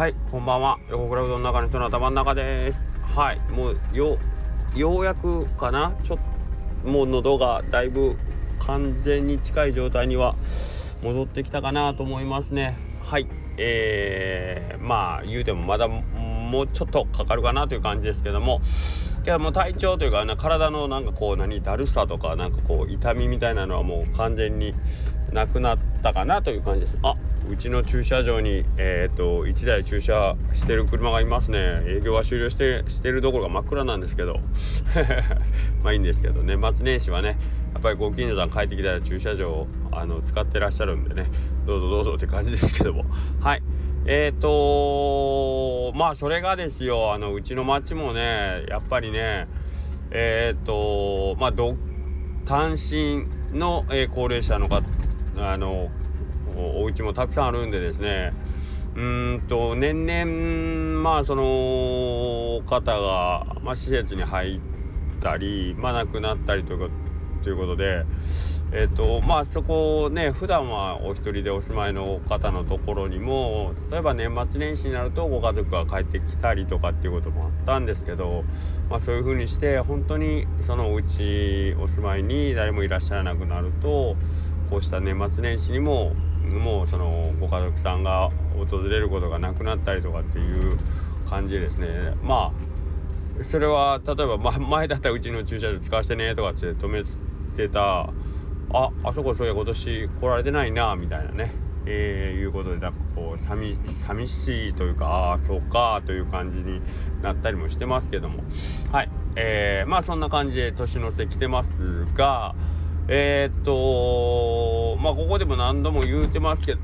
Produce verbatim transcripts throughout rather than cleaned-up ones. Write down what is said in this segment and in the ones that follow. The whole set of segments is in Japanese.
はい、こんばんは。横倉うどんの中の人の頭の中です。はい、もうよようやくかな。ちょっともう喉がだいぶ完全に近い状態には戻ってきたかなと思いますね。はい、えー、まあ言うてもまだもうちょっとかかるかなという感じですけども、けどもう体調というか、ね、体のなんかこう何だるさとかなんかこう痛みみたいなのはもう完全になくなったかなという感じです。あ、うちの駐車場に、えー、といちだい駐車してる車がいますね。営業は終了してしてるどころが真っ暗なんですけどまあいいんですけどね、年末年始はねやっぱりご近所さん帰ってきたら駐車場をあの使ってらっしゃるんでね、どうぞどうぞって感じですけども、はいえーとまあそれがですよ、あのうちの町もねやっぱりねえーとまあど単身の、えー、高齢者の方あのお家もたくさんあるんでですね、うーんと年々まあその方が、まあ、施設に入ったり、まあ、亡くなったりというということで、えーとまあそこをね普段はお一人でお住まいの方のところにも、例えば年末年始になるとご家族が帰ってきたりとかっていうこともあったんですけど、まあそういう風にして本当にそのお家お住まいに誰もいらっしゃらなくなると、こうした年末年始にももうそのご家族さんが訪れることがなくなったりとかっていう感じですね。まあそれは例えば、ま、前だったらうちの駐車場使わせてねとかって止めてた、あ、あそこそういや今年来られてないなみたいなね、えー、いうことでなんかこう寂寂しいというか、ああそうかという感じになったりもしてますけども、はい、えー、まあそんな感じで年の瀬来てますが、えー、っとまあここでも何度も言うてますけど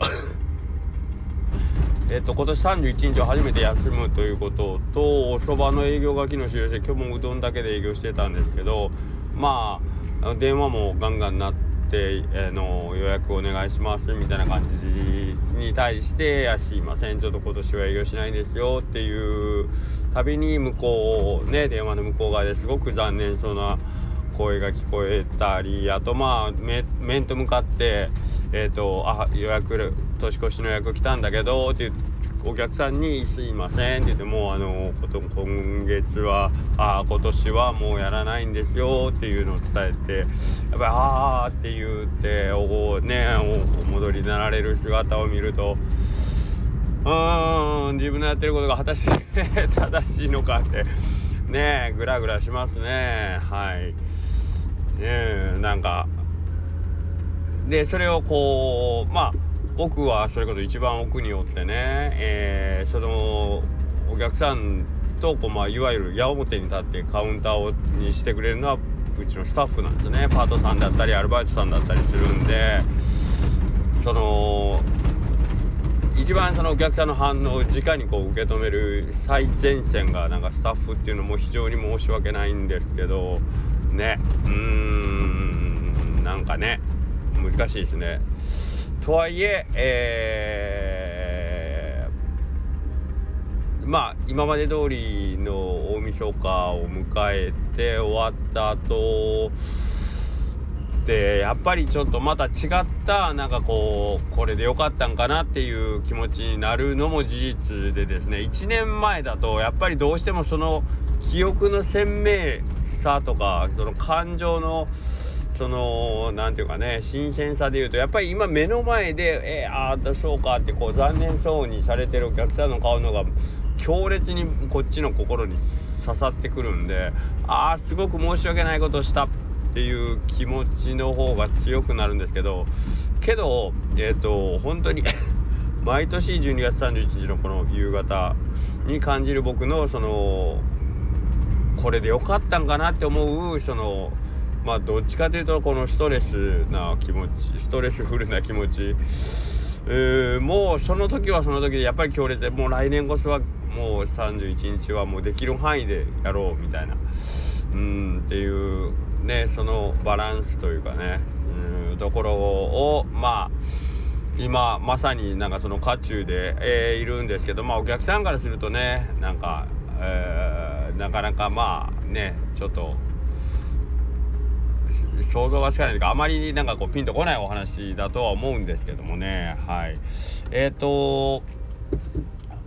えっと今年さんじゅういちにちを初めて休むということと、おそばの営業が昨日終了して、今日もうどんだけで営業してたんですけど、まあ電話もガンガン鳴って、えー、の予約お願いしますみたいな感じに対して、いやすいませんちょっと今年は営業しないんですよっていうたびに、向こうね電話の向こう側ですごく残念そうな声が聞こえたり、あとまあ面と向かってえっ、ー、とあ予約年越しの予約来たんだけどっていうお客さんにすいませんって言って、もうあの今月はあ今年はもうやらないんですよっていうのを伝えて、やっぱりあーって言っておねお戻りになられる姿を見ると、うーん自分のやってることが果たして正しいのかってねグラグラしますね。はいね、なんかでそれをこうまあ僕はそれこそ一番奥におってね、えー、そのお客さんとこう、まあ、いわゆる矢面に立ってカウンターをにしてくれるのはうちのスタッフなんですね。パートさんだったりアルバイトさんだったりするんで、その一番そのお客さんの反応を直にこう受け止める最前線がなんかスタッフっていうのも非常に申し訳ないんですけどね、うーんなんかね難しいですね。とはいええー、まあ今まで通りの大晦日を迎えて終わった後で、やっぱりちょっとまた違ったなんかこうこれでよかったんかなっていう気持ちになるのも事実でですね、いちねんまえだとやっぱりどうしてもその記憶の鮮明さとかその感情のそのなんていうかね新鮮さでいうと、やっぱり今目の前でえー、ああそうかってこう残念そうにされてるお客さんの顔のが強烈にこっちの心に刺さってくるんで、ああすごく申し訳ないことをしたっていう気持ちの方が強くなるんですけど、けどえっと本当に毎年じゅうにがつさんじゅういちにちのこの夕方に感じる僕のそのこれでよかったんかなって思うそのまあどっちかというとこのストレスな気持ちストレスフルな気持ち、えー、もうその時はその時でやっぱり強烈で、もう来年こそはもうさんじゅういちにちはもうできる範囲でやろうみたいなうんっていうね、そのバランスというかねうんところをまあ今まさになんかその渦中で、えー、いるんですけど、まあお客さんからするとねなんか、えー、なかなかまあねちょっと想像がつかないというか、あまりなんかこうピンとこないお話だとは思うんですけどもね。はいえーと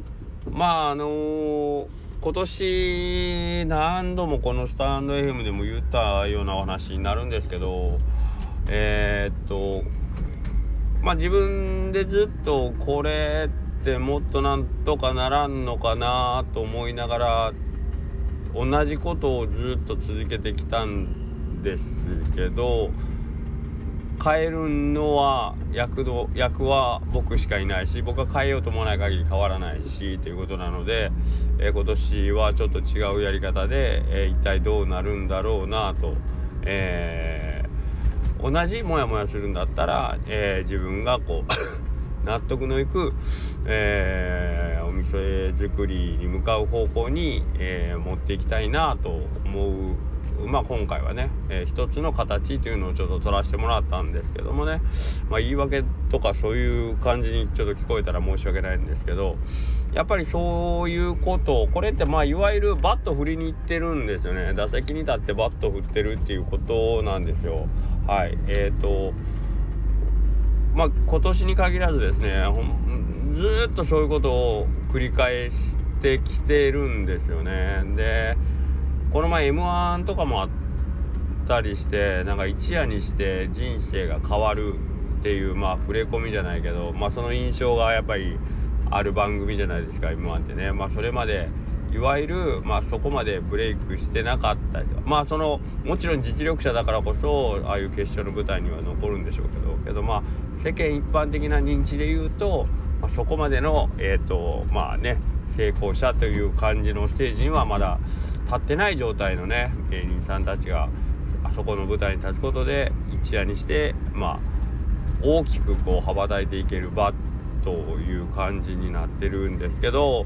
まああのー、今年何度もこのスタンド エフエム でも言ったようなお話になるんですけど、えー、っとまあ自分でずっとこれってもっとなんとかならんのかなと思いながら同じことをずっと続けてきたんですけど、変えるのは役の役は僕しかいないし、僕は変えようともない限り変わらないしということなので、えー、今年はちょっと違うやり方で、えー、一体どうなるんだろうなと、えー、同じモヤモヤするんだったら、えー、自分がこう納得のいく、えー、お店作りに向かう方向に、えー、持っていきたいなと思う。まあ今回はね、えー、一つの形というのをちょっと取らせてもらったんですけどもね、まあ言い訳とかそういう感じにちょっと聞こえたら申し訳ないんですけど、やっぱりそういうことを、これってまあいわゆるバット振りに行ってるんですよね。打席に立ってバット振ってるっていうことなんですよ。はい。えっとまあ今年に限らずですね、ずーっとそういうことを繰り返してきてるんですよね。でこの前 エムワン とかもあったりして、なんか一夜にして人生が変わるっていう、まあ触れ込みじゃないけど、まあその印象がやっぱりある番組じゃないですか エムワン ってね。まあそれまでいわゆるまあそこまでブレイクしてなかった人、まあそのもちろん実力者だからこそああいう決勝の舞台には残るんでしょうけどけどまあ世間一般的な認知で言うと、まあ、そこまでのえっとまあね成功者という感じのステージにはまだ立ってない状態のね芸人さんたちがあそこの舞台に立つことで一夜にしてまあ大きくこう羽ばたいていける場という感じになってるんですけど、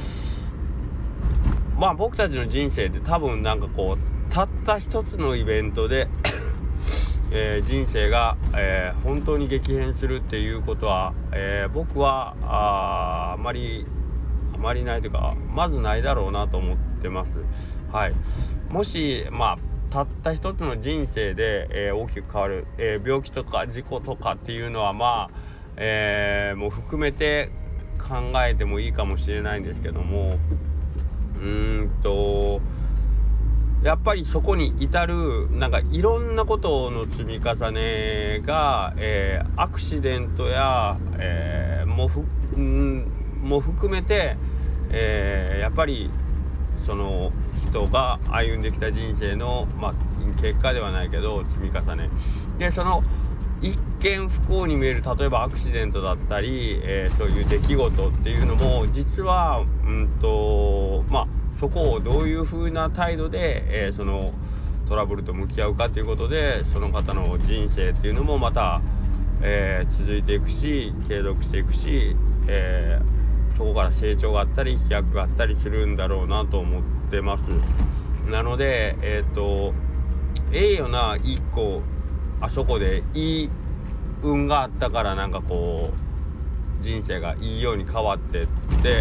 まあ僕たちの人生って多分なんかこうたった一つのイベントで、えー、人生が、えー、本当に激変するっていうことは、えー、僕は あ, あまりあまりないというかまずないだろうなと思ってます。はい。もしまあたった一つの人生で、えー、大きく変わる、えー、病気とか事故とかっていうのはまあ、えー、もう含めて考えてもいいかもしれないんですけども、うーんとやっぱりそこに至るなんかいろんなことの積み重ねが、えー、アクシデントや、えー、も, ふんも含めて、えー、やっぱりその人が歩んできた人生の、まあ、結果ではないけど積み重ねで、その一見不幸に見える例えばアクシデントだったり、えー、そういう出来事っていうのも実はうんとまあそこをどういう風な態度で、えー、そのトラブルと向き合うかということでその方の人生っていうのもまた、えー、続いていくし継続していくし、えー、そこから成長があったり飛躍があったりするんだろうなと思ってます。なのでえっとええよな一個あそこでいい運があったからなんかこう人生がいいように変わってって、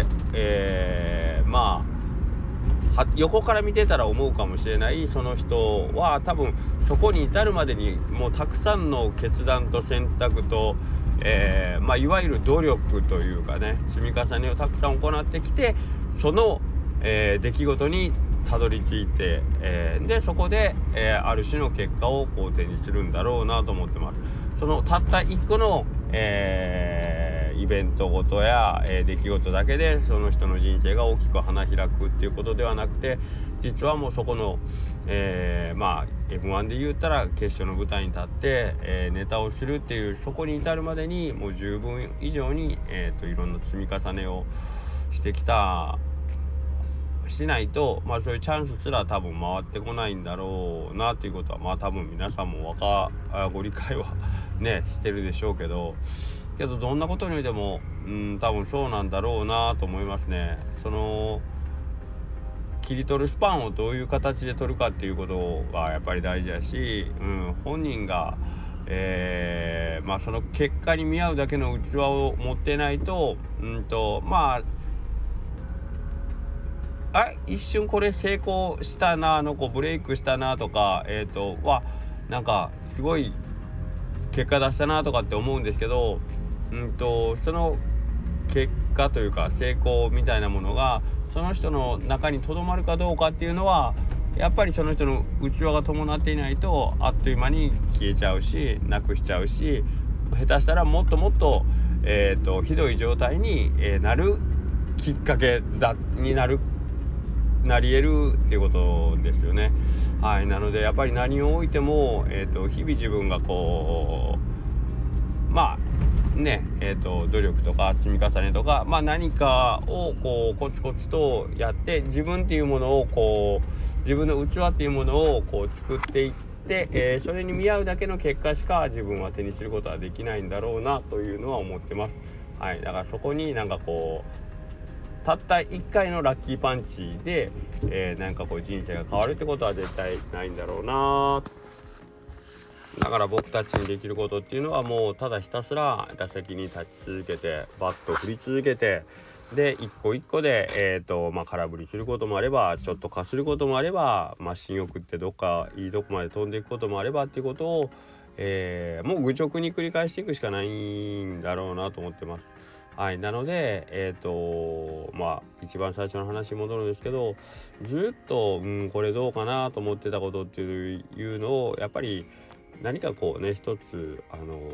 えー、まあ横から見てたら思うかもしれないその人は多分そこに至るまでにもうたくさんの決断と選択と、えーまあ、いわゆる努力というかね積み重ねをたくさん行ってきてその、えー、出来事にたどり着いて、えー、でそこで、えー、ある種の結果をこう手にするんだろうなと思ってます。そのたった一個の、えー、イベントごとや、えー、出来事だけでその人の人生が大きく花開くっていうことではなくて実はもうそこの、えー、まあ エムワン で言ったら決勝の舞台に立って、えー、ネタをするっていうそこに至るまでにもう十分以上に、えー、といろんな積み重ねをしてきたしないと、まあそういうチャンスすら多分回ってこないんだろうなということはまあ多分皆さんもわかご理解はねしてるでしょうけどけどどんなことにおいてもうん多分そうなんだろうなと思いますね。その切り取るスパンをどういう形で取るかっていうことがやっぱり大事だし、うん、本人が、えー、まあその結果に見合うだけの器を持ってないと、うんとまああ一瞬これ成功したなあの子ブレイクしたなとかえっとはなんかすごい結果出したなとかって思うんですけど、うんとその結果というか成功みたいなものがその人の中にとどまるかどうかっていうのはやっぱりその人の器が伴っていないとあっという間に消えちゃうしなくしちゃうし、下手したらもっともっと、えー、とひどい状態に、えー、なるきっかけだになるなり得るっていうことですよね。はい、なのでやっぱり何をおいても、えー、と日々自分がこうまあねえー、と努力とか積み重ねとか、まあ、何かをこうコツコツとやって自分っていうものをこう自分の器っていうものをこう作っていって、えー、それに見合うだけの結果しか自分は手にすることはできないんだろうなというのは思ってます。はい、だからそこになんかこうたったいっかいのラッキーパンチで、えー、なんかこう人生が変わるってことは絶対ないんだろうな。だから僕たちにできることっていうのはもうただひたすら打席に立ち続けてバット振り続けてで一個一個で、えーとまあ、空振りすることもあればちょっとかすることもあればマシンを送ってどっかいいとこまで飛んでいくこともあればっていうことを、えー、もう愚直に繰り返していくしかないんだろうなと思ってます。はい、なのでえっ、ー、とまあ一番最初の話に戻るんですけどずっと、うん、これどうかなと思ってたことっていうのをやっぱり何かこうね一つあの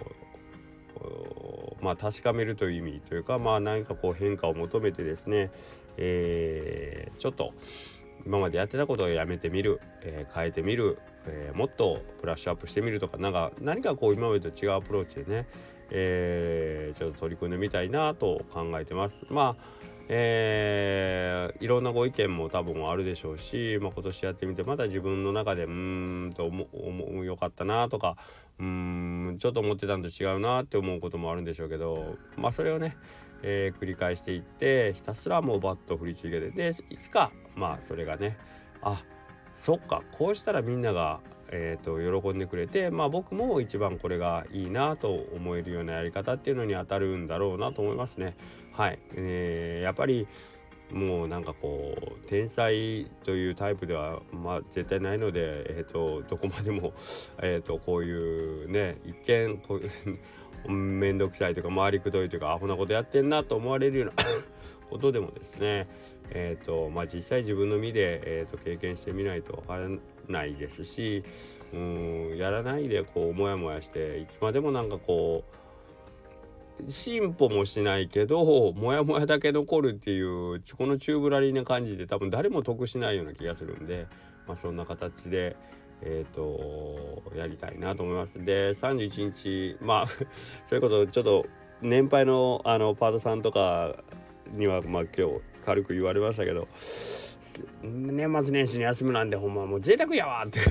ー、まあ確かめるという意味というかまあ何かこう変化を求めてですね、えー、ちょっと今までやってたことをやめてみる、えー、変えてみる、えー、もっとブラッシュアップしてみるとかなんか何かこう今までと違うアプローチでね、えー、ちょっと取り組んでみたいなと考えてます。まあえー、いろんなご意見も多分あるでしょうし、まあ、今年やってみてまた自分の中でうーんと思うよかったなとかうーんちょっと思ってたんと違うなって思うこともあるんでしょうけど、まあそれをね、えー、繰り返していってひたすらもうバット振り続けてでいつかまあそれがねあそっかこうしたらみんながえー、と喜んでくれてまあ僕も一番これがいいなと思えるようなやり方っていうのに当たるんだろうなと思いますね。はい、えー、やっぱりもうなんかこう天才というタイプではまあ絶対ないので、えー、とどこまでも、えー、とこういうね一見こうめんどくさいというか回りくどいというかアホなことやってんなと思われるようなことでもですねえーとまあ、実際自分の身で、えーと経験してみないとわからないですしうーんやらないでこうモヤモヤしていつまでもなんかこう進歩もしないけどモヤモヤだけ残るっていうこの宙ぶらりんな感じで多分誰も得しないような気がするんで、まあ、そんな形でえーとやりたいなと思います。でさんじゅういちにちまあそういうことちょっと年配のあのパートさんとかにはまあ今日軽く言われましたけど年末年始に休むなんてほんまもう贅沢やわって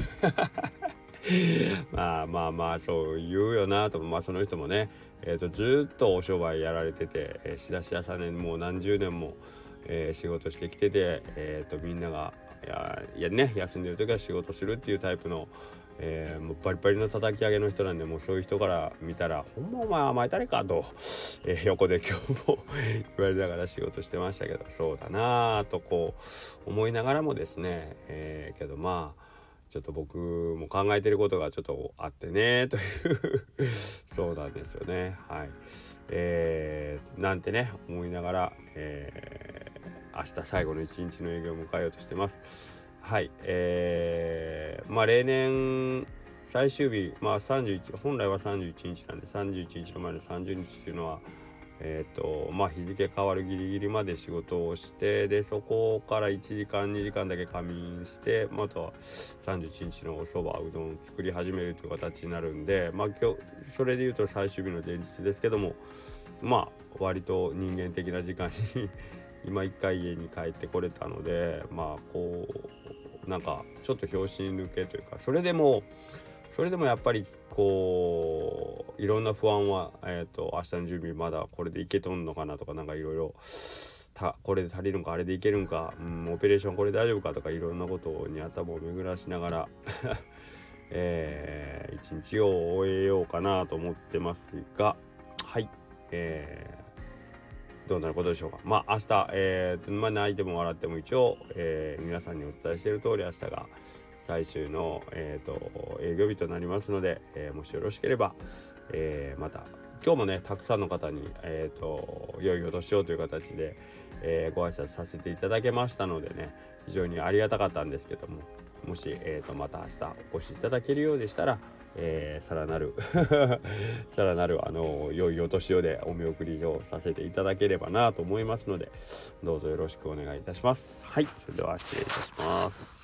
まあまあまあそう言うよなとまあその人もね、えー、とずっとお商売やられてて、えー、仕出し屋さんねもう何十年も、えー、仕事してきてて、えー、とみんながいやいやね休んでる時は仕事するっていうタイプのえー、もうバリバリの叩き上げの人なんでもうそういう人から見たらほんまお前甘えたれかと、えー、横で今日も言われながら仕事してましたけどそうだなとこう思いながらもですね、えー、けどまあちょっと僕も考えてることがちょっとあってねというそうなんですよねはい、えー、なんてね思いながら、えー、明日最後の一日の営業を迎えようとしてます。はい、えー、まあ例年最終日、まあさんじゅういち本来はさんじゅういちにちなんでさんじゅういちにちの前のさんじゅうにちっていうのはえっとまあ日付変わるギリギリまで仕事をしてでそこからいちじかんにじかんだけ仮眠してまたはさんじゅういちにちのおそばうどんを作り始めるという形になるんでまあ今日それでいうと最終日の前日ですけどもまあ割と人間的な時間に今一回家に帰ってこれたのでまあこうなんかちょっと拍子抜けというかそれでもそれでもやっぱりこういろんな不安はえっと明日の準備まだこれでいけとんのかなとかなんかいろいろこれで足りるんかあれでいけるんか、うん、オペレーションこれ大丈夫かとかいろんなことに頭を巡らしながらえー、一日を終えようかなと思ってますがはいえーどうなることでしょうか。まあ明日、えー、まあ泣いても笑っても一応、えー、皆さんにお伝えしている通り明日が最終の、えー、と営業日となりますので、えー、もしよろしければ、えー、また今日もねたくさんの方に、えー、と良いお年をという形で、えー、ご挨拶させていただけましたのでね、非常にありがたかったんですけども、もし、えー、とまた明日お越しいただけるようでしたら、えー、さらなるさらなるあの良いお年をでお見送りをさせていただければなと思いますので、どうぞよろしくお願いいたします。はい、それでは失礼いたします。